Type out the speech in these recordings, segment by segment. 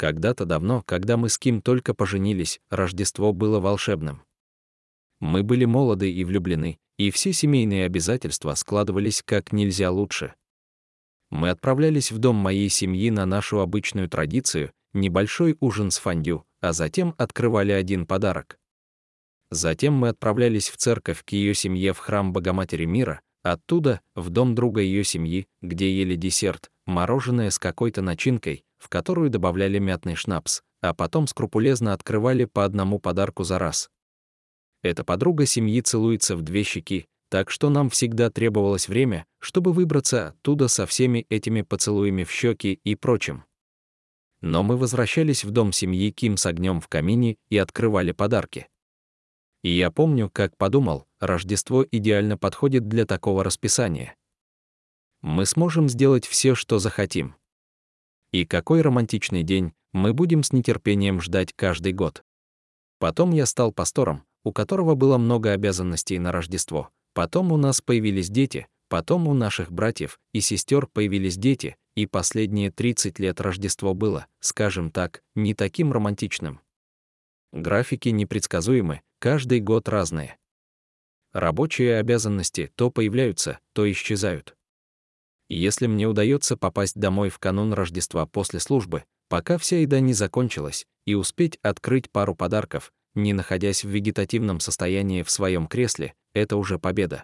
Когда-то давно, когда мы с Ким только поженились, Рождество было волшебным. Мы были молоды и влюблены, и все семейные обязательства складывались как нельзя лучше. Мы отправлялись в дом моей семьи на нашу обычную традицию, небольшой ужин с фондю, а затем открывали один подарок. Затем мы отправлялись в церковь к ее семье в храм Богоматери Мира, оттуда в дом друга ее семьи, где ели десерт, мороженое с какой-то начинкой, в которую добавляли мятный шнапс, а потом скрупулезно открывали по одному подарку за раз. Эта подруга семьи целуется в 2 щеки, так что нам всегда требовалось время, чтобы выбраться оттуда со всеми этими поцелуями в щеки и прочим. Но мы возвращались в дом семьи Ким с огнем в камине и открывали подарки. И я помню, как подумал, Рождество идеально подходит для такого расписания. Мы сможем сделать все, что захотим. И какой романтичный день мы будем с нетерпением ждать каждый год. Потом я стал пастором, у которого было много обязанностей на Рождество. Потом у нас появились дети, потом у наших братьев и сестер появились дети, и последние 30 лет Рождество было, скажем так, не таким романтичным. Графики непредсказуемы, каждый год разные. Рабочие обязанности то появляются, то исчезают. Если мне удается попасть домой в канун Рождества после службы, пока вся еда не закончилась, и успеть открыть пару подарков, не находясь в вегетативном состоянии в своем кресле, это уже победа.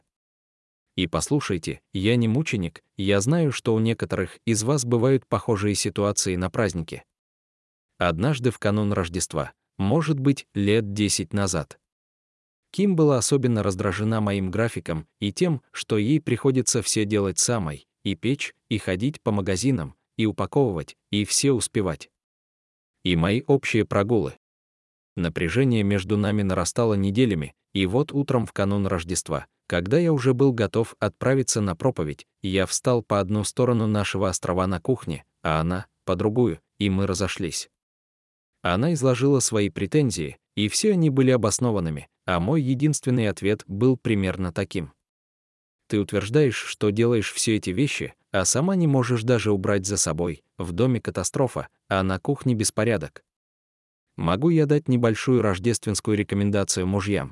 И послушайте, я не мученик, я знаю, что у некоторых из вас бывают похожие ситуации на празднике. Однажды в канун Рождества, может быть, лет 10 назад, Ким была особенно раздражена моим графиком и тем, что ей приходится все делать самой, и печь, и ходить по магазинам, и упаковывать, и все успевать. И мои общие прогулы. Напряжение между нами нарастало неделями, и вот утром в канун Рождества, когда я уже был готов отправиться на проповедь, я встал по одну сторону нашего острова на кухне, а она — по другую, и мы разошлись. Она изложила свои претензии, и все они были обоснованными, а мой единственный ответ был примерно таким. Ты утверждаешь, что делаешь все эти вещи, а сама не можешь даже убрать за собой, в доме катастрофа, а на кухне беспорядок. Могу я дать небольшую рождественскую рекомендацию мужьям?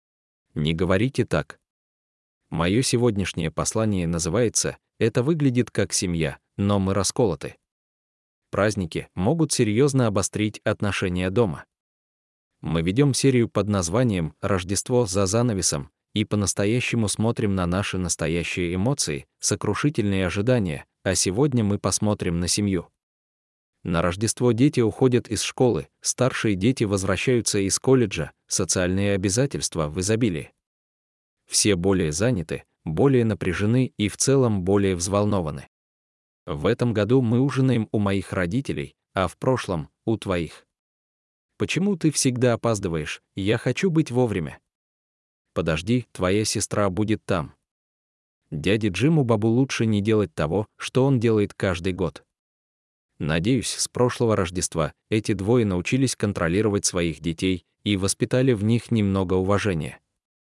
Не говорите так. Мое сегодняшнее послание называется «Это выглядит как семья, но мы расколоты». Праздники могут серьезно обострить отношения дома. Мы ведем серию под названием «Рождество за занавесом» и по-настоящему смотрим на наши настоящие эмоции, сокрушительные ожидания, а сегодня мы посмотрим на семью. На Рождество дети уходят из школы, старшие дети возвращаются из колледжа, социальные обязательства в изобилии. Все более заняты, более напряжены и в целом более взволнованы. В этом году мы ужинаем у моих родителей, а в прошлом — у твоих. Почему ты всегда опаздываешь? Я хочу быть вовремя. Подожди, твоя сестра будет там. Дяде Джиму Бабу лучше не делать того, что он делает каждый год. Надеюсь, с прошлого Рождества эти двое научились контролировать своих детей и воспитали в них немного уважения.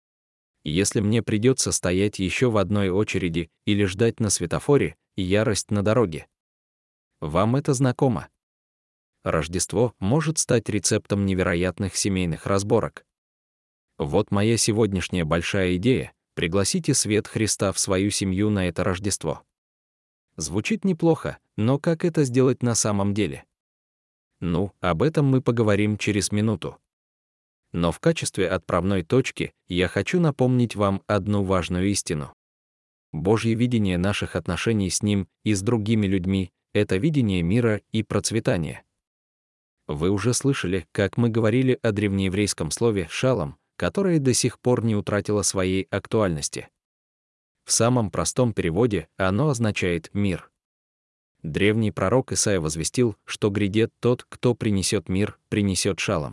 Если мне придется стоять еще в одной очереди или ждать на светофоре, ярость на дороге. Вам это знакомо? Рождество может стать рецептом невероятных семейных разборок. Вот моя сегодняшняя большая идея — пригласите свет Христа в свою семью на это Рождество. Звучит неплохо, но как это сделать на самом деле? Ну, об этом мы поговорим через минуту. Но в качестве отправной точки я хочу напомнить вам одну важную истину. Божье видение наших отношений с Ним и с другими людьми — это видение мира и процветания. Вы уже слышали, как мы говорили о древнееврейском слове «шалом», которое до сих пор не утратило своей актуальности. В самом простом переводе оно означает «мир». Древний пророк Исаия возвестил, что грядет тот, кто принесет мир, принесет шалом.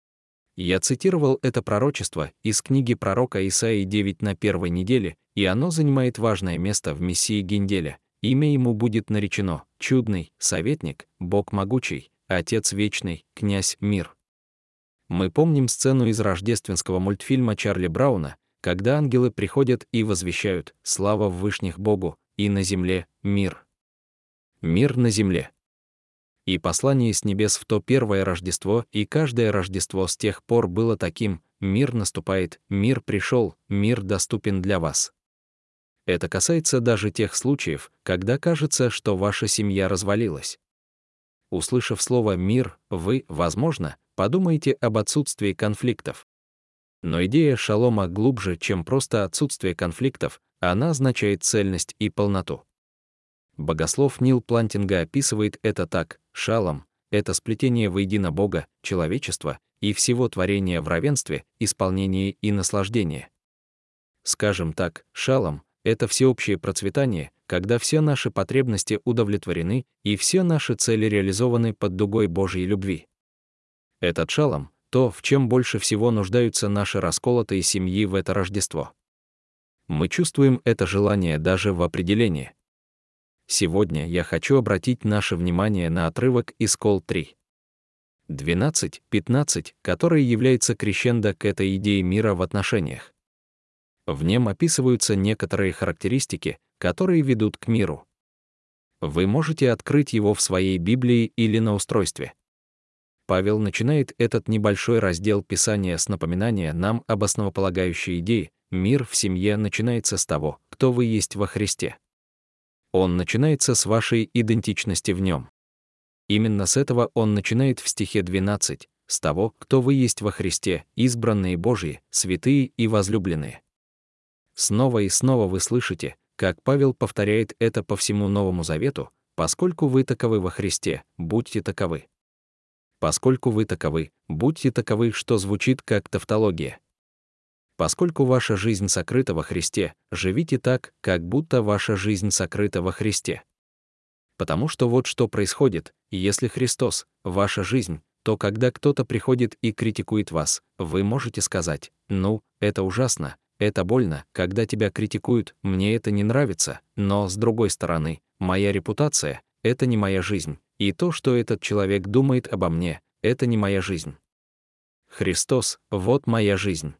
Я цитировал это пророчество из книги пророка Исаии 9 на первой неделе, и оно занимает важное место в Мессии Генделя. Имя ему будет наречено «Чудный, советник, Бог могучий, Отец вечный, Князь мир». Мы помним сцену из рождественского мультфильма Чарли Брауна, когда ангелы приходят и возвещают «Слава в вышних Богу, и на земле мир». Мир на земле. И послание с небес в то первое Рождество, и каждое Рождество с тех пор было таким: мир наступает, мир пришел, мир доступен для вас. Это касается даже тех случаев, когда кажется, что ваша семья развалилась. Услышав слово «мир», вы, возможно, подумаете об отсутствии конфликтов. Но идея шалома глубже, чем просто отсутствие конфликтов, она означает цельность и полноту. Богослов Нил Плантинга описывает это так: шалом — это сплетение воедино Бога, человечества и всего творения в равенстве, исполнении и наслаждении. Скажем так, шалом — это всеобщее процветание, когда все наши потребности удовлетворены и все наши цели реализованы под дугой Божьей любви. Этот шалом — то, в чем больше всего нуждаются наши расколотые семьи в это Рождество. Мы чувствуем это желание даже в определении. Сегодня я хочу обратить наше внимание на отрывок из Кол 3. 12-15, который является крещендо к этой идее мира в отношениях. В нем описываются некоторые характеристики, которые ведут к миру. Вы можете открыть его в своей Библии или на устройстве. Павел начинает этот небольшой раздел Писания с напоминания нам об основополагающей идее: мир в семье начинается с того, кто вы есть во Христе. Он начинается с вашей идентичности в нем. Именно с этого он начинает в стихе 12, с того, кто вы есть во Христе, избранные Божьи, святые и возлюбленные. Снова и снова вы слышите, как Павел повторяет это по всему Новому Завету: поскольку вы таковы во Христе, будьте таковы. Поскольку вы таковы, будьте таковы, что звучит как тавтология. Поскольку ваша жизнь сокрыта во Христе, живите так, как будто ваша жизнь сокрыта во Христе. Потому что вот что происходит: если Христос — ваша жизнь, то когда кто-то приходит и критикует вас, вы можете сказать: «Ну, это ужасно, это больно, когда тебя критикуют, мне это не нравится, но, с другой стороны, моя репутация — это не моя жизнь, и то, что этот человек думает обо мне, это не моя жизнь. Христос — вот моя жизнь».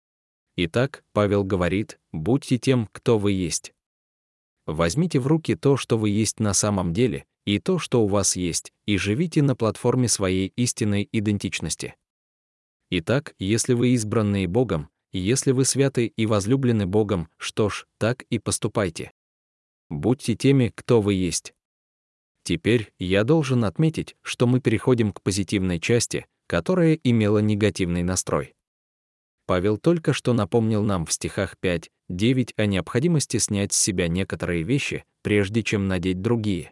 Итак, Павел говорит: будьте тем, кто вы есть. Возьмите в руки то, что вы есть на самом деле, и то, что у вас есть, и живите на платформе своей истинной идентичности. Итак, если вы избранные Богом, если вы святы и возлюблены Богом, что ж, так и поступайте. Будьте теми, кто вы есть. Теперь я должен отметить, что мы переходим к позитивной части, которая имела негативный настрой. Павел только что напомнил нам в стихах 5-9 о необходимости снять с себя некоторые вещи, прежде чем надеть другие.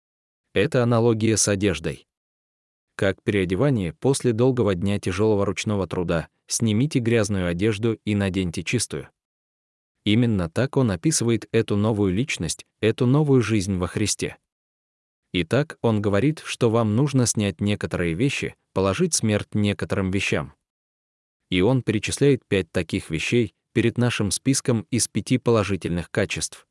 Это аналогия с одеждой. Как переодевание после долгого дня тяжелого ручного труда: снимите грязную одежду и наденьте чистую. Именно так он описывает эту новую личность, эту новую жизнь во Христе. Итак, он говорит, что вам нужно снять некоторые вещи, положить смерть некоторым вещам. И он перечисляет 5 таких вещей перед нашим списком из 5 положительных качеств.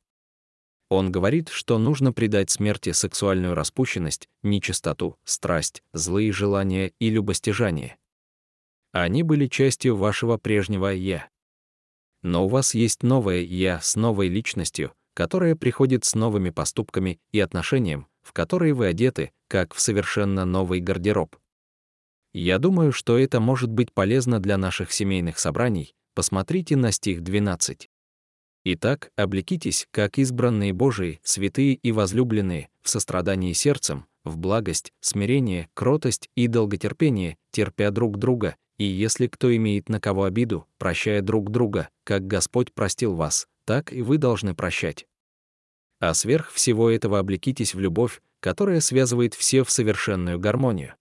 Он говорит, что нужно предать смерти сексуальную распущенность, нечистоту, страсть, злые желания и любостяжание. Они были частью вашего прежнего «я». Но у вас есть новое «я» с новой личностью, которая приходит с новыми поступками и отношением, в которые вы одеты, как в совершенно новый гардероб. Я думаю, что это может быть полезно для наших семейных собраний. Посмотрите на стих 12. Итак, облекитесь, как избранные Божии, святые и возлюбленные, в сострадании сердцем, в благость, смирение, кротость и долготерпение, терпя друг друга, и если кто имеет на кого обиду, прощая друг друга, как Господь простил вас, так и вы должны прощать. А сверх всего этого облекитесь в любовь, которая связывает все в совершенную гармонию.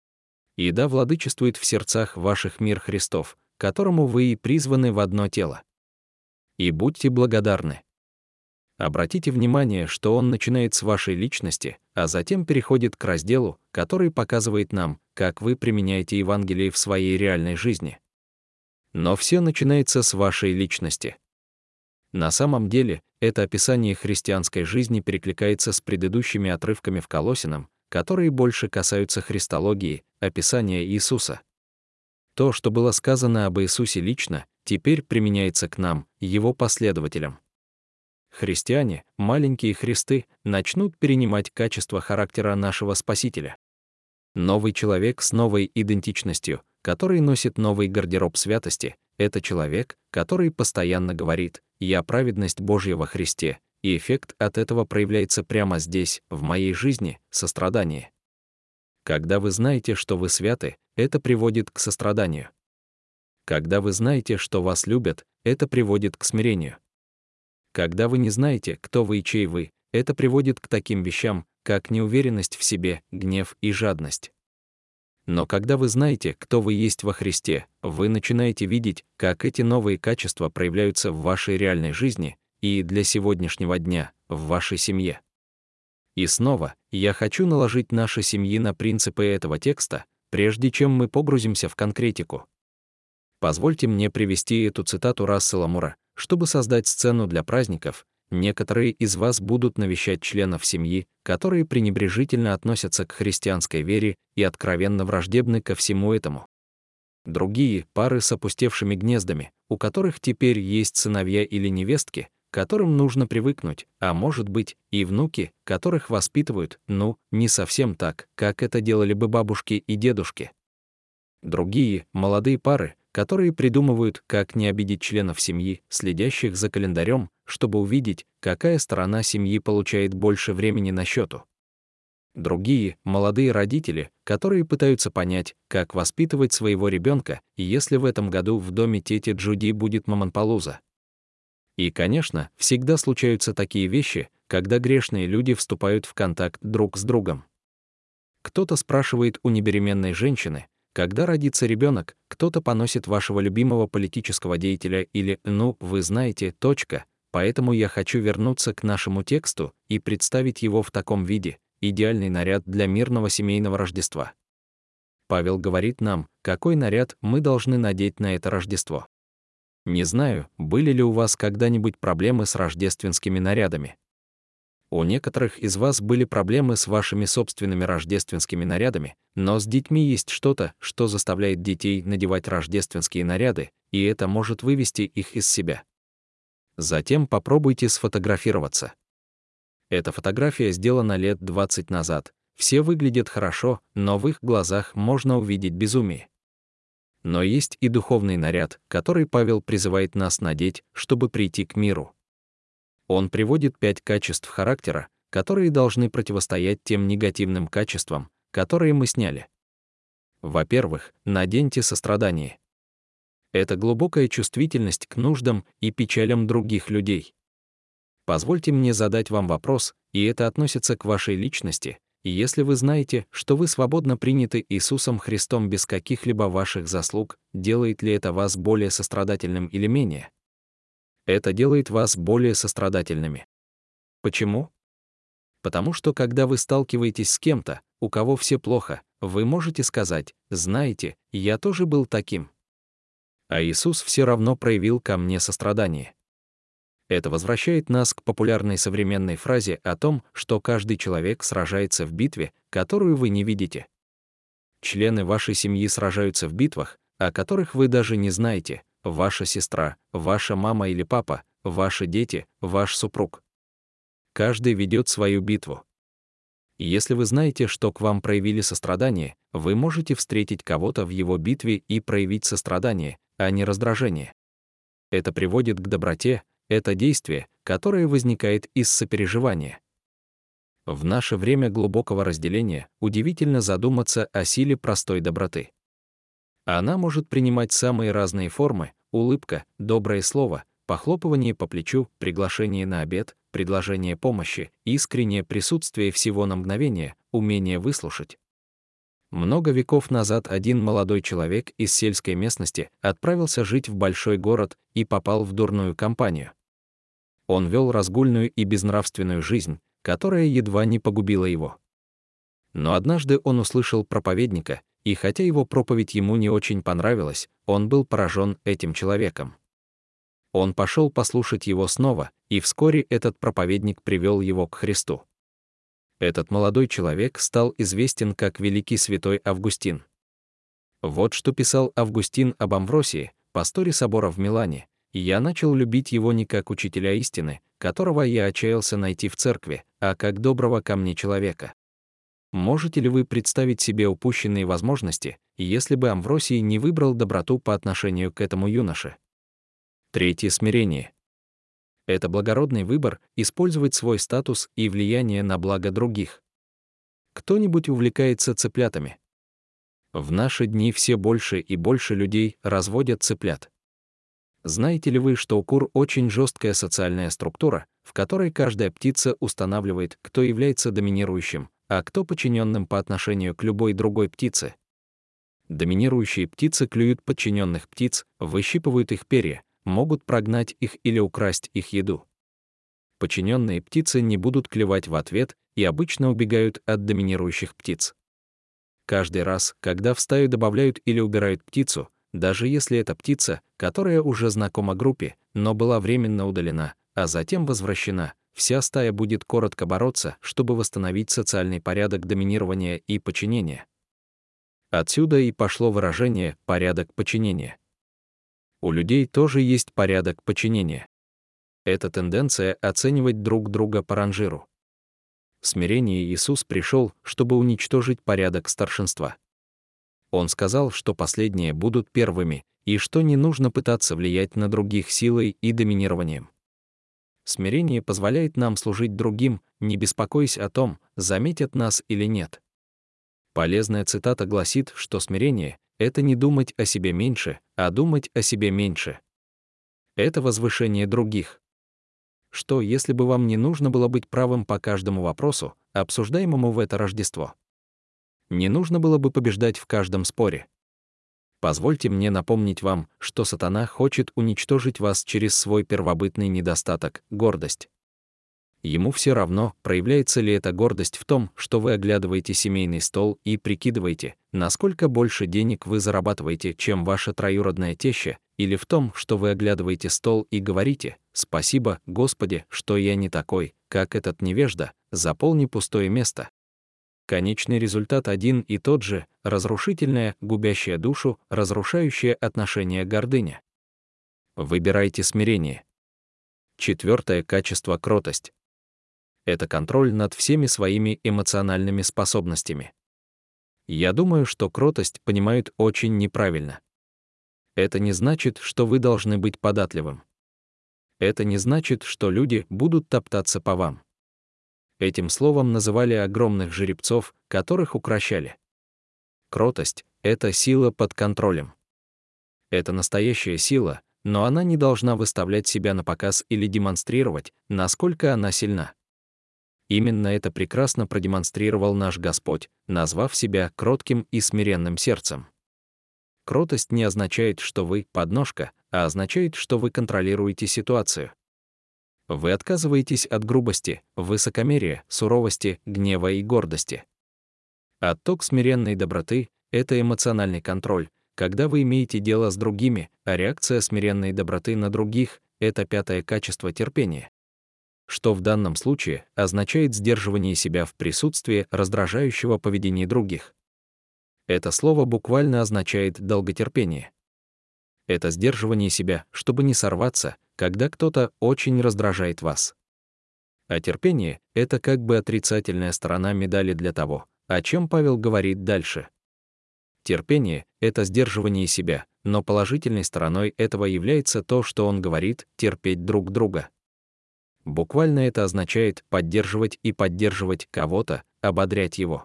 И да владычествует в сердцах ваших мир Христов, которому вы и призваны в одно тело. И будьте благодарны. Обратите внимание, что он начинает с вашей личности, а затем переходит к разделу, который показывает нам, как вы применяете Евангелие в своей реальной жизни. Но все начинается с вашей личности. На самом деле, это описание христианской жизни перекликается с предыдущими отрывками в Колоссянам, которые больше касаются христологии, описания Иисуса. То, что было сказано об Иисусе лично, теперь применяется к нам, его последователям. Христиане, маленькие Христы, начнут перенимать качества характера нашего Спасителя. Новый человек с новой идентичностью, который носит новый гардероб святости, это человек, который постоянно говорит: «Я праведность Божья во Христе», и эффект от этого проявляется прямо здесь, в моей жизни, сострадание. Когда вы знаете, что вы святы, это приводит к состраданию. Когда вы знаете, что вас любят, это приводит к смирению. Когда вы не знаете, кто вы и чей вы, это приводит к таким вещам, как неуверенность в себе, гнев и жадность. Но когда вы знаете, кто вы есть во Христе, вы начинаете видеть, как эти новые качества проявляются в вашей реальной жизни и для сегодняшнего дня, в вашей семье. И снова, я хочу наложить наши семьи на принципы этого текста, прежде чем мы погрузимся в конкретику. Позвольте мне привести эту цитату Рассела Мура, чтобы создать сцену для праздников. Некоторые из вас будут навещать членов семьи, которые пренебрежительно относятся к христианской вере и откровенно враждебны ко всему этому. Другие — пары с опустевшими гнездами, у которых теперь есть сыновья или невестки, к которым нужно привыкнуть, а может быть, и внуки, которых воспитывают, не совсем так, как это делали бы бабушки и дедушки. Другие — молодые пары, которые придумывают, как не обидеть членов семьи, следящих за календарем, чтобы увидеть, какая сторона семьи получает больше времени на счету. Другие — молодые родители, которые пытаются понять, как воспитывать своего ребенка, если в этом году в доме тети Джуди будет мамонпалуза. И, конечно, всегда случаются такие вещи, когда грешные люди вступают в контакт друг с другом. Кто-то спрашивает у небеременной женщины: когда родится ребенок, кто-то поносит вашего любимого политического деятеля или вы знаете, . Поэтому я хочу вернуться к нашему тексту и представить его в таком виде: идеальный наряд для мирного семейного Рождества. Павел говорит нам, какой наряд мы должны надеть на это Рождество. Не знаю, были ли у вас когда-нибудь проблемы с рождественскими нарядами. У некоторых из вас были проблемы с вашими собственными рождественскими нарядами, но с детьми есть что-то, что заставляет детей надевать рождественские наряды, и это может вывести их из себя. Затем попробуйте сфотографироваться. Эта фотография сделана лет 20 назад. Все выглядят хорошо, но в их глазах можно увидеть безумие. Но есть и духовный наряд, который Павел призывает нас надеть, чтобы прийти к миру. Он приводит 5 качеств характера, которые должны противостоять тем негативным качествам, которые мы сняли. Во-первых, наденьте сострадание. Это глубокая чувствительность к нуждам и печалям других людей. Позвольте мне задать вам вопрос, и это относится к вашей личности. Если вы знаете, что вы свободно приняты Иисусом Христом без каких-либо ваших заслуг, делает ли это вас более сострадательным или менее? Это делает вас более сострадательными. Почему? Потому что когда вы сталкиваетесь с кем-то, у кого все плохо, вы можете сказать: «Знаете, я тоже был таким». А Иисус все равно проявил ко мне сострадание. Это возвращает нас к популярной современной фразе о том, что каждый человек сражается в битве, которую вы не видите. Члены вашей семьи сражаются в битвах, о которых вы даже не знаете: ваша сестра, ваша мама или папа, ваши дети, ваш супруг. Каждый ведет свою битву. Если вы знаете, что к вам проявили сострадание, вы можете встретить кого-то в его битве и проявить сострадание, а не раздражение. Это приводит к доброте, это действие, которое возникает из сопереживания. В наше время глубокого разделения удивительно задуматься о силе простой доброты. Она может принимать самые разные формы: улыбка, доброе слово, похлопывание по плечу, приглашение на обед, предложение помощи, искреннее присутствие всего на мгновение, умение выслушать. Много веков назад один молодой человек из сельской местности отправился жить в большой город и попал в дурную компанию. Он вел разгульную и безнравственную жизнь, которая едва не погубила его. Но однажды он услышал проповедника, и хотя его проповедь ему не очень понравилась, он был поражен этим человеком. Он пошел послушать его снова, и вскоре этот проповедник привел его к Христу. Этот молодой человек стал известен как великий святой Августин. Вот что писал Августин об Амвросии, пасторе собора в Милане: «Я начал любить его не как учителя истины, которого я отчаялся найти в церкви, а как доброго ко мне человека. Можете ли вы представить себе упущенные возможности, если бы Амвросий не выбрал доброту по отношению к этому юноше? Третье — смирение. Это благородный выбор использовать свой статус и влияние на благо других. Кто-нибудь увлекается цыплятами? В наши дни все больше и больше людей разводят цыплят. Знаете ли вы, что у кур очень жесткая социальная структура, в которой каждая птица устанавливает, кто является доминирующим, а кто подчиненным по отношению к любой другой птице? Доминирующие птицы клюют подчиненных птиц, выщипывают их перья, могут прогнать их или украсть их еду. Подчиненные птицы не будут клевать в ответ и обычно убегают от доминирующих птиц. Каждый раз, когда в стаю добавляют или убирают птицу, даже если это птица, которая уже знакома группе, но была временно удалена, а затем возвращена, вся стая будет коротко бороться, чтобы восстановить социальный порядок доминирования и подчинения. Отсюда и пошло выражение «порядок подчинения». У людей тоже есть порядок подчинения. Это тенденция оценивать друг друга по ранжиру. В смирении Иисус пришел, чтобы уничтожить порядок старшинства. Он сказал, что последние будут первыми, и что не нужно пытаться влиять на других силой и доминированием. Смирение позволяет нам служить другим, не беспокоясь о том, заметят нас или нет. Полезная цитата гласит, что смирение — это не думать о себе меньше, а думать о себе меньше. Это возвышение других. Что, если бы вам не нужно было быть правым по каждому вопросу, обсуждаемому в это Рождество? Не нужно было бы побеждать в каждом споре. Позвольте мне напомнить вам, что сатана хочет уничтожить вас через свой первобытный недостаток — гордость. Ему все равно, проявляется ли эта гордость в том, что вы оглядываете семейный стол и прикидываете, насколько больше денег вы зарабатываете, чем ваша троюродная теща, или в том, что вы оглядываете стол и говорите: «Спасибо, Господи, что я не такой, как этот невежда, заполни пустое место». Конечный результат один и тот же — разрушительная, губящая душу, разрушающая отношения гордыня. Выбирайте смирение. Четвертое качество — кротость. Это контроль над всеми своими эмоциональными способностями. Я думаю, что кротость понимают очень неправильно. Это не значит, что вы должны быть податливым. Это не значит, что люди будут топтаться по вам. Этим словом называли огромных жеребцов, которых укрощали. Кротость — это сила под контролем. Это настоящая сила, но она не должна выставлять себя на показ или демонстрировать, насколько она сильна. Именно это прекрасно продемонстрировал наш Господь, назвав себя кротким и смиренным сердцем. Кротость не означает, что вы подножка, а означает, что вы контролируете ситуацию. Вы отказываетесь от грубости, высокомерия, суровости, гнева и гордости. Отток смиренной доброты — это эмоциональный контроль, когда вы имеете дело с другими, а реакция смиренной доброты на других — это пятое качество — терпения. Что в данном случае означает сдерживание себя в присутствии раздражающего поведения других. Это слово буквально означает долготерпение. Это сдерживание себя, чтобы не сорваться, когда кто-то очень раздражает вас. А терпение — это как бы отрицательная сторона медали для того, о чем Павел говорит дальше. Терпение — это сдерживание себя, но положительной стороной этого является то, что он говорит — терпеть друг друга. Буквально это означает поддерживать и поддерживать кого-то, ободрять его.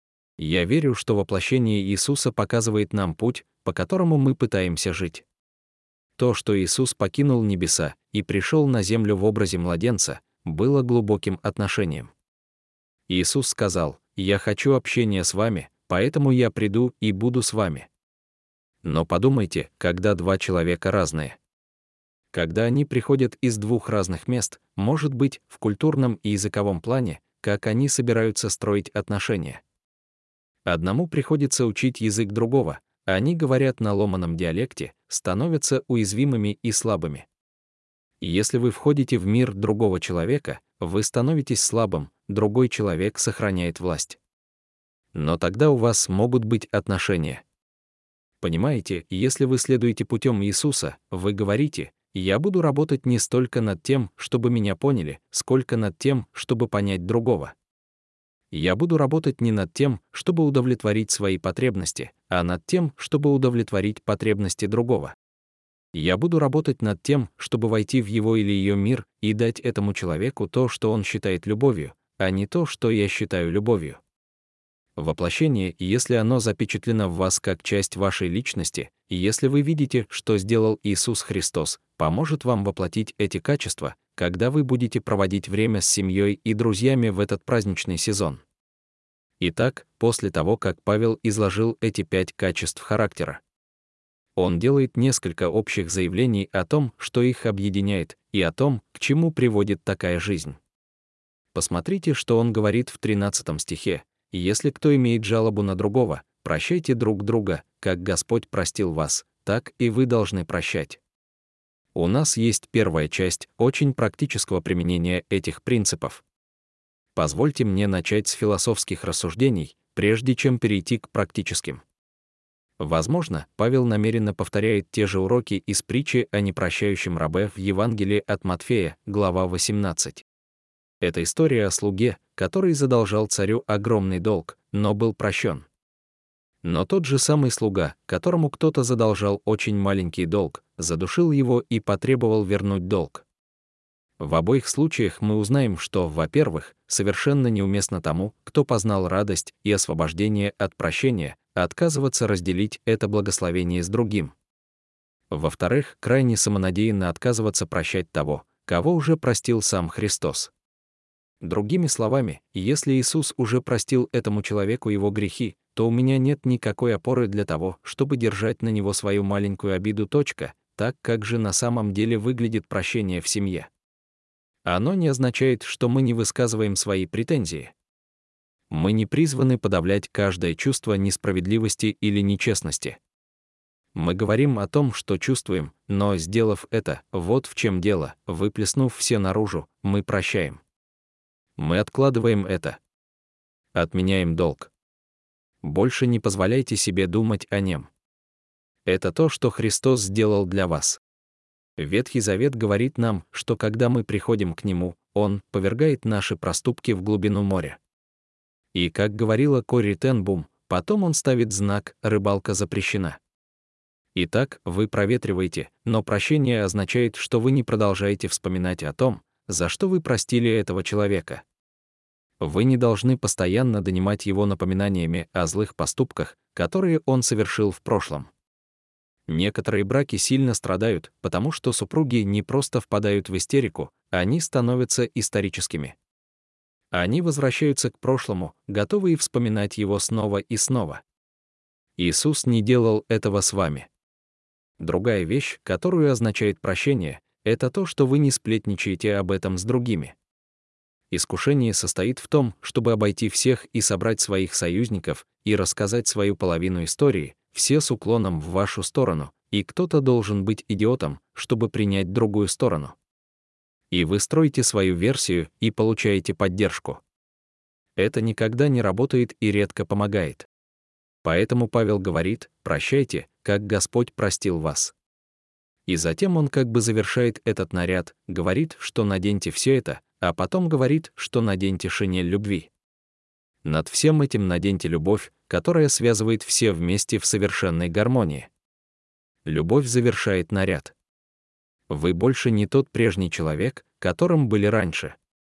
Я верю, что воплощение Иисуса показывает нам путь, по которому мы пытаемся жить. То, что Иисус покинул небеса и пришел на землю в образе младенца, было глубоким отношением. Иисус сказал: «Я хочу общения с вами, поэтому я приду и буду с вами». Но подумайте, когда два человека разные. Когда они приходят из двух разных мест, может быть, в культурном и языковом плане, как они собираются строить отношения. Одному приходится учить язык другого, они говорят на ломаном диалекте, становятся уязвимыми и слабыми. Если вы входите в мир другого человека, вы становитесь слабым, другой человек сохраняет власть. Но тогда у вас могут быть отношения. Понимаете, если вы следуете путем Иисуса, вы говорите: «Я буду работать не столько над тем, чтобы меня поняли, сколько над тем, чтобы понять другого». Я буду работать не над тем, чтобы удовлетворить свои потребности, а над тем, чтобы удовлетворить потребности другого. Я буду работать над тем, чтобы войти в его или ее мир и дать этому человеку то, что он считает любовью, а не то, что я считаю любовью. Воплощение, если оно запечатлено в вас как часть вашей личности, и если вы видите, что сделал Иисус Христос, поможет вам воплотить эти качества, когда вы будете проводить время с семьей и друзьями в этот праздничный сезон. Итак, после того, как Павел изложил эти 5 качеств характера, он делает несколько общих заявлений о том, что их объединяет, и о том, к чему приводит такая жизнь. Посмотрите, что он говорит в 13 стихе. «Если кто имеет жалобу на другого, прощайте друг друга, как Господь простил вас, так и вы должны прощать». У нас есть первая часть очень практического применения этих принципов. Позвольте мне начать с философских рассуждений, прежде чем перейти к практическим. Возможно, Павел намеренно повторяет те же уроки из притчи о непрощающем рабе в Евангелии от Матфея, глава 18. Это история о слуге, который задолжал царю огромный долг, но был прощен. Но тот же самый слуга, которому кто-то задолжал очень маленький долг, задушил его и потребовал вернуть долг. В обоих случаях мы узнаем, что, во-первых, совершенно неуместно тому, кто познал радость и освобождение от прощения, отказываться разделить это благословение с другим. Во-вторых, крайне самонадеянно отказываться прощать того, кого уже простил сам Христос. Другими словами, если Иисус уже простил этому человеку его грехи, то у меня нет никакой опоры для того, чтобы держать на него свою маленькую обиду. Так как же на самом деле выглядит прощение в семье? Оно не означает, что мы не высказываем свои претензии. Мы не призваны подавлять каждое чувство несправедливости или нечестности. Мы говорим о том, что чувствуем, но, сделав это, вот в чем дело, выплеснув все наружу, мы прощаем. Мы откладываем это. Отменяем долг. Больше не позволяйте себе думать о нем. Это то, что Христос сделал для вас. Ветхий Завет говорит нам, что когда мы приходим к Нему, Он повергает наши проступки в глубину моря. И, как говорила Корри Тен Бум, потом Он ставит знак «Рыбалка запрещена». Итак, вы проветриваете, но прощение означает, что вы не продолжаете вспоминать о том, за что вы простили этого человека. Вы не должны постоянно донимать его напоминаниями о злых поступках, которые он совершил в прошлом. Некоторые браки сильно страдают, потому что супруги не просто впадают в истерику, они становятся историческими. Они возвращаются к прошлому, готовые вспоминать его снова и снова. Иисус не делал этого с вами. Другая вещь, которую означает прощение, это то, что вы не сплетничаете об этом с другими. Искушение состоит в том, чтобы обойти всех и собрать своих союзников и рассказать свою половину истории, все с уклоном в вашу сторону, и кто-то должен быть идиотом, чтобы принять другую сторону. И вы строите свою версию и получаете поддержку. Это никогда не работает и редко помогает. Поэтому Павел говорит: «Прощайте, как Господь простил вас». И затем он как бы завершает этот наряд, говорит, что наденьте все это, а потом говорит, что наденьте шинель любви. Над всем этим наденьте любовь, которая связывает все вместе в совершенной гармонии. Любовь завершает наряд. Вы больше не тот прежний человек, которым были раньше.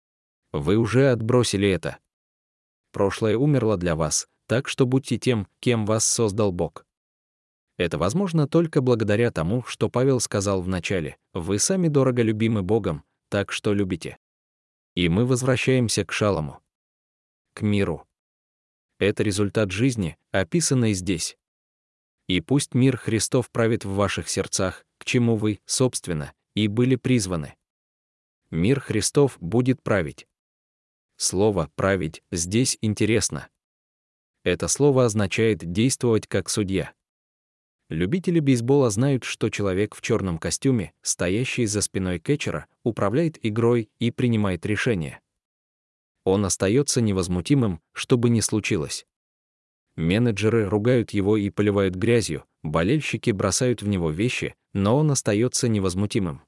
Вы уже отбросили это. Прошлое умерло для вас, так что будьте тем, кем вас создал Бог. Это возможно только благодаря тому, что Павел сказал в начале: «Вы сами дорого любимы Богом, так что любите». И мы возвращаемся к шалому, к миру. Это результат жизни, описанной здесь. И пусть мир Христов правит в ваших сердцах, к чему вы, собственно, и были призваны. Мир Христов будет править. Слово «править» здесь интересно. Это слово означает действовать как судья. Любители бейсбола знают, что человек в черном костюме, стоящий за спиной кэтчера, управляет игрой и принимает решения. Он остается невозмутимым, что бы ни случилось. Менеджеры ругают его и поливают грязью, болельщики бросают в него вещи, но он остается невозмутимым.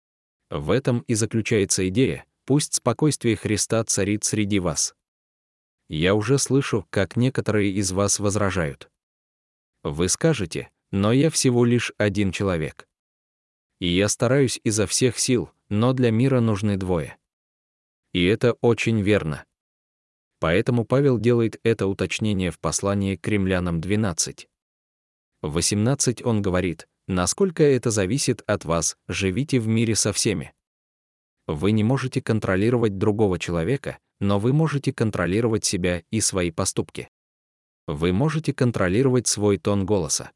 В этом и заключается идея: пусть спокойствие Христа царит среди вас. Я уже слышу, как некоторые из вас возражают. Вы скажете, но я всего лишь один человек. И я стараюсь изо всех сил, но для мира нужны двое. И это очень верно. Поэтому Павел делает это уточнение в послании к Римлянам 12. В 18 он говорит: насколько это зависит от вас, живите в мире со всеми. Вы не можете контролировать другого человека, но вы можете контролировать себя и свои поступки. Вы можете контролировать свой тон голоса.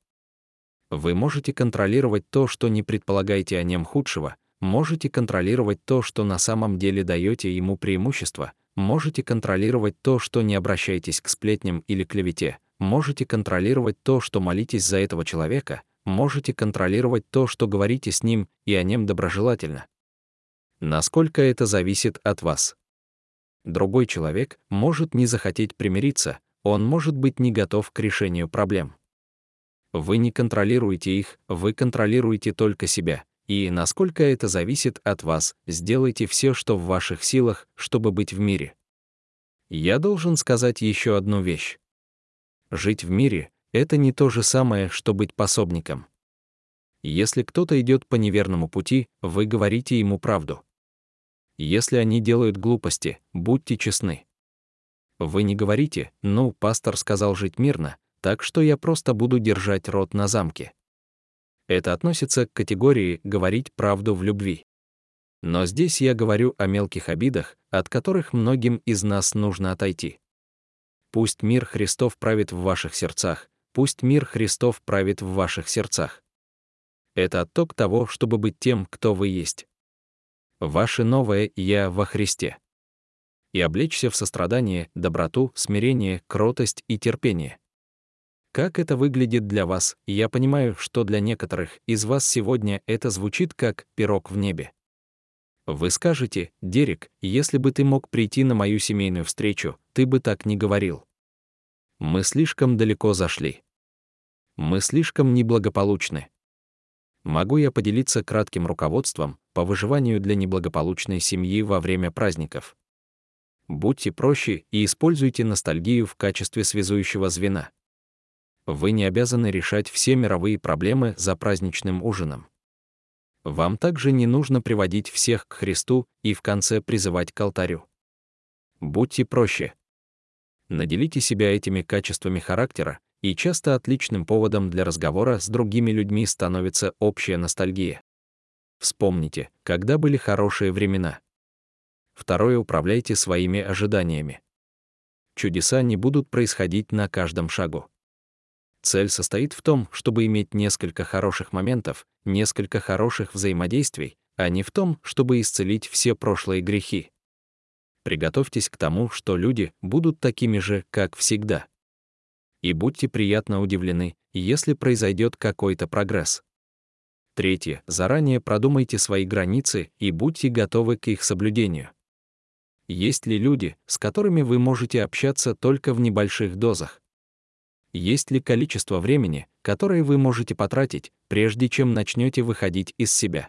Вы можете контролировать то, что не предполагаете о нем худшего, можете контролировать то, что на самом деле даете ему преимущество, можете контролировать то, что не обращаетесь к сплетням или клевете, можете контролировать то, что молитесь за этого человека, можете контролировать то, что говорите с ним и о нем доброжелательно. Насколько это зависит от вас. Другой человек может не захотеть примириться, он может быть не готов к решению проблем. Вы не контролируете их, вы контролируете только себя. И насколько это зависит от вас, сделайте все, что в ваших силах, чтобы быть в мире. Я должен сказать еще одну вещь. Жить в мире — это не то же самое, что быть пособником. Если кто-то идет по неверному пути, вы говорите ему правду. Если они делают глупости, будьте честны. Вы не говорите: «Ну, пастор сказал жить мирно, так что я просто буду держать рот на замке». Это относится к категории «говорить правду в любви». Но здесь я говорю о мелких обидах, от которых многим из нас нужно отойти. Пусть мир Христов правит в ваших сердцах, пусть мир Христов правит в ваших сердцах. Это отток того, чтобы быть тем, кто вы есть. Ваше новое «Я» во Христе. И облечься в сострадание, доброту, смирение, кротость и терпение. Как это выглядит для вас, я понимаю, что для некоторых из вас сегодня это звучит как «пирог в небе». Вы скажете: «Дерек, если бы ты мог прийти на мою семейную встречу, ты бы так не говорил». Мы слишком далеко зашли. Мы слишком неблагополучны. Могу я поделиться кратким руководством по выживанию для неблагополучной семьи во время праздников? Будьте проще и используйте ностальгию в качестве связующего звена. Вы не обязаны решать все мировые проблемы за праздничным ужином. Вам также не нужно приводить всех к Христу и в конце призывать к алтарю. Будьте проще. Наделите себя этими качествами характера, и часто отличным поводом для разговора с другими людьми становится общая ностальгия. Вспомните, когда были хорошие времена. Второе, управляйте своими ожиданиями. Чудеса не будут происходить на каждом шагу. Цель состоит в том, чтобы иметь несколько хороших моментов, несколько хороших взаимодействий, а не в том, чтобы исцелить все прошлые грехи. Приготовьтесь к тому, что люди будут такими же, как всегда. И будьте приятно удивлены, если произойдет какой-то прогресс. Третье. Заранее продумайте свои границы и будьте готовы к их соблюдению. Есть ли люди, с которыми вы можете общаться только в небольших дозах? Есть ли количество времени, которое вы можете потратить, прежде чем начнете выходить из себя?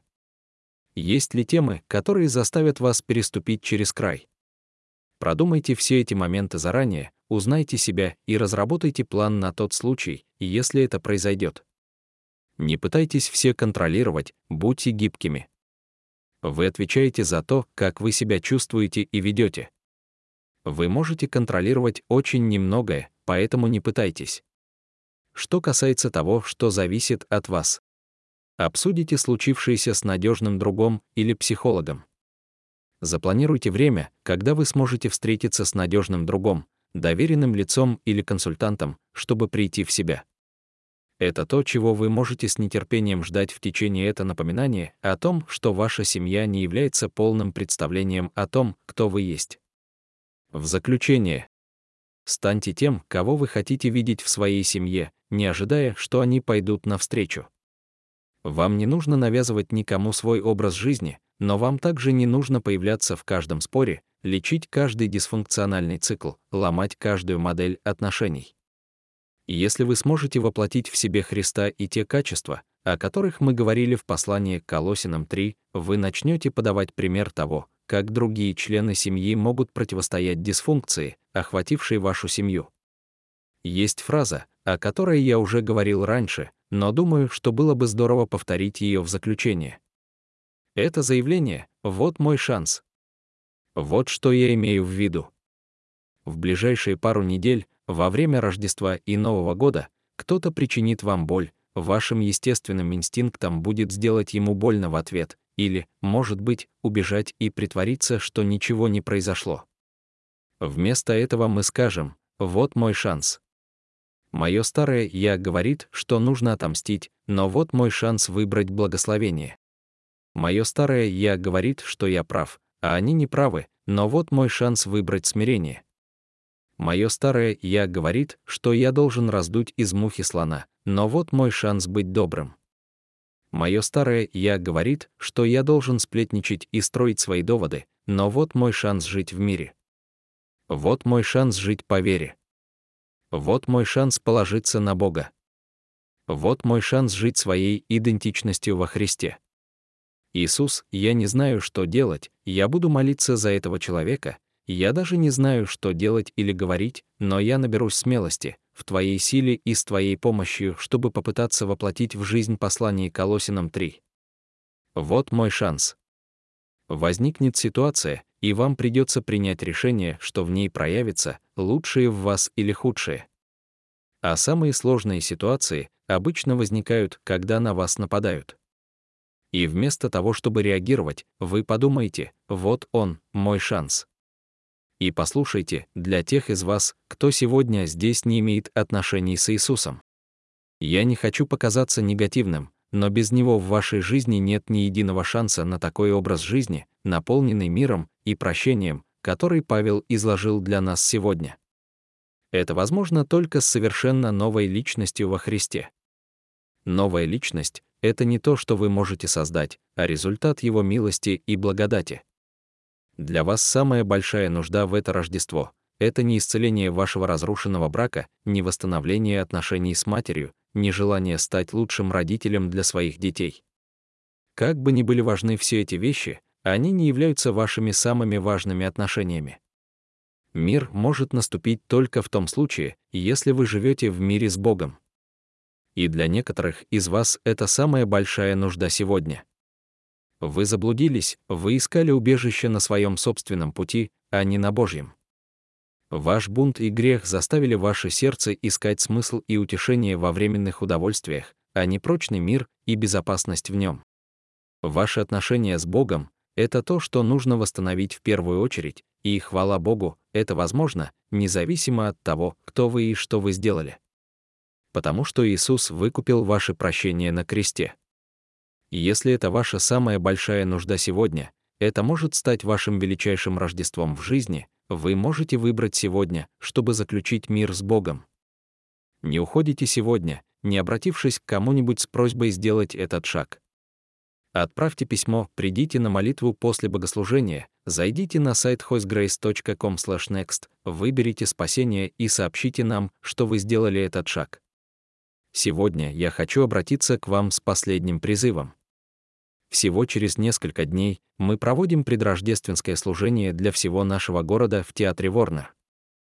Есть ли темы, которые заставят вас переступить через край? Продумайте все эти моменты заранее, узнайте себя и разработайте план на тот случай, если это произойдет. Не пытайтесь все контролировать, будьте гибкими. Вы отвечаете за то, как вы себя чувствуете и ведете. Вы можете контролировать очень немногое, поэтому не пытайтесь. Что касается того, что зависит от вас, обсудите случившееся с надежным другом или психологом. Запланируйте время, когда вы сможете встретиться с надежным другом, доверенным лицом или консультантом, чтобы прийти в себя. Это то, чего вы можете с нетерпением ждать в течение этого напоминания о том, что ваша семья не является полным представлением о том, кто вы есть. В заключение, станьте тем, кого вы хотите видеть в своей семье, не ожидая, что они пойдут навстречу. Вам не нужно навязывать никому свой образ жизни, но вам также не нужно появляться в каждом споре, лечить каждый дисфункциональный цикл, ломать каждую модель отношений. Если вы сможете воплотить в себе Христа и те качества, о которых мы говорили в послании к Колоссянам 3, вы начнете подавать пример того, как другие члены семьи могут противостоять дисфункции, охватившей вашу семью. Есть фраза, о которой я уже говорил раньше, но думаю, что было бы здорово повторить ее в заключение. Это заявление «Вот мой шанс». Вот что я имею в виду. В ближайшие пару недель, во время Рождества и Нового года, кто-то причинит вам боль, вашим естественным инстинктом будет сделать ему больно в ответ, или, может быть, убежать и притвориться, что ничего не произошло. Вместо этого мы скажем «Вот мой шанс». Мое старое «я» говорит, что нужно отомстить, но вот мой шанс выбрать благословение. Мое старое «я» говорит, что я прав, а они не правы, но вот мой шанс выбрать смирение. Мое старое «я» говорит, что я должен раздуть из мухи слона, но вот мой шанс быть добрым. Мое старое «я» говорит, что я должен сплетничать и строить свои доводы, но вот мой шанс жить в мире. Вот мой шанс жить по вере. Вот мой шанс положиться на Бога. Вот мой шанс жить своей идентичностью во Христе. Иисус, я не знаю, что делать, я буду молиться за этого человека, я даже не знаю, что делать или говорить, но я наберусь смелости, в Твоей силе и с Твоей помощью, чтобы попытаться воплотить в жизнь послание Колоссянам 3. Вот мой шанс. Возникнет ситуация, и вам придется принять решение, что в ней проявится, лучшее в вас или худшее. А самые сложные ситуации обычно возникают, когда на вас нападают. И вместо того, чтобы реагировать, вы подумаете, вот он, мой шанс. И послушайте, для тех из вас, кто сегодня здесь не имеет отношений с Иисусом. Я не хочу показаться негативным, но без Него в вашей жизни нет ни единого шанса на такой образ жизни, наполненный миром и прощением, который Павел изложил для нас сегодня. Это возможно только с совершенно новой личностью во Христе. Новая личность — это не то, что вы можете создать, а результат Его милости и благодати. Для вас самая большая нужда в это Рождество — это не исцеление вашего разрушенного брака, не восстановление отношений с матерью, не желание стать лучшим родителем для своих детей. Как бы ни были важны все эти вещи, они не являются вашими самыми важными отношениями. Мир может наступить только в том случае, если вы живете в мире с Богом. И для некоторых из вас это самая большая нужда сегодня. Вы заблудились, вы искали убежище на своем собственном пути, а не на Божьем. Ваш бунт и грех заставили ваше сердце искать смысл и утешение во временных удовольствиях, а не прочный мир и безопасность в нем. Ваши отношения с Богом — это то, что нужно восстановить в первую очередь, и, хвала Богу, это возможно, независимо от того, кто вы и что вы сделали. Потому что Иисус выкупил ваше прощение на кресте. И если это ваша самая большая нужда сегодня, это может стать вашим величайшим Рождеством в жизни, вы можете выбрать сегодня, чтобы заключить мир с Богом. Не уходите сегодня, не обратившись к кому-нибудь с просьбой сделать этот шаг. Отправьте письмо, придите на молитву после богослужения, зайдите на сайт choicegrace.com/next, выберите спасение и сообщите нам, что вы сделали этот шаг. Сегодня я хочу обратиться к вам с последним призывом. Всего через несколько дней мы проводим предрождественское служение для всего нашего города в театре Ворнер.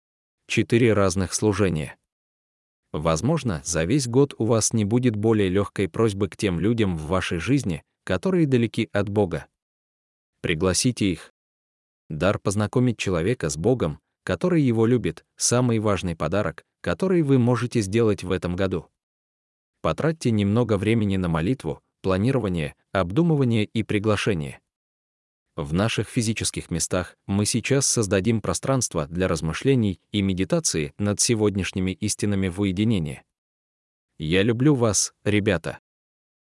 4 разных служения. Возможно, за весь год у вас не будет более легкой просьбы к тем людям в вашей жизни, которые далеки от Бога. Пригласите их. Дар познакомить человека с Богом, который его любит, самый важный подарок, который вы можете сделать в этом году. Потратьте немного времени на молитву, планирование, обдумывание и приглашение. В наших физических местах мы сейчас создадим пространство для размышлений и медитации над сегодняшними истинами в уединении. Я люблю вас, ребята.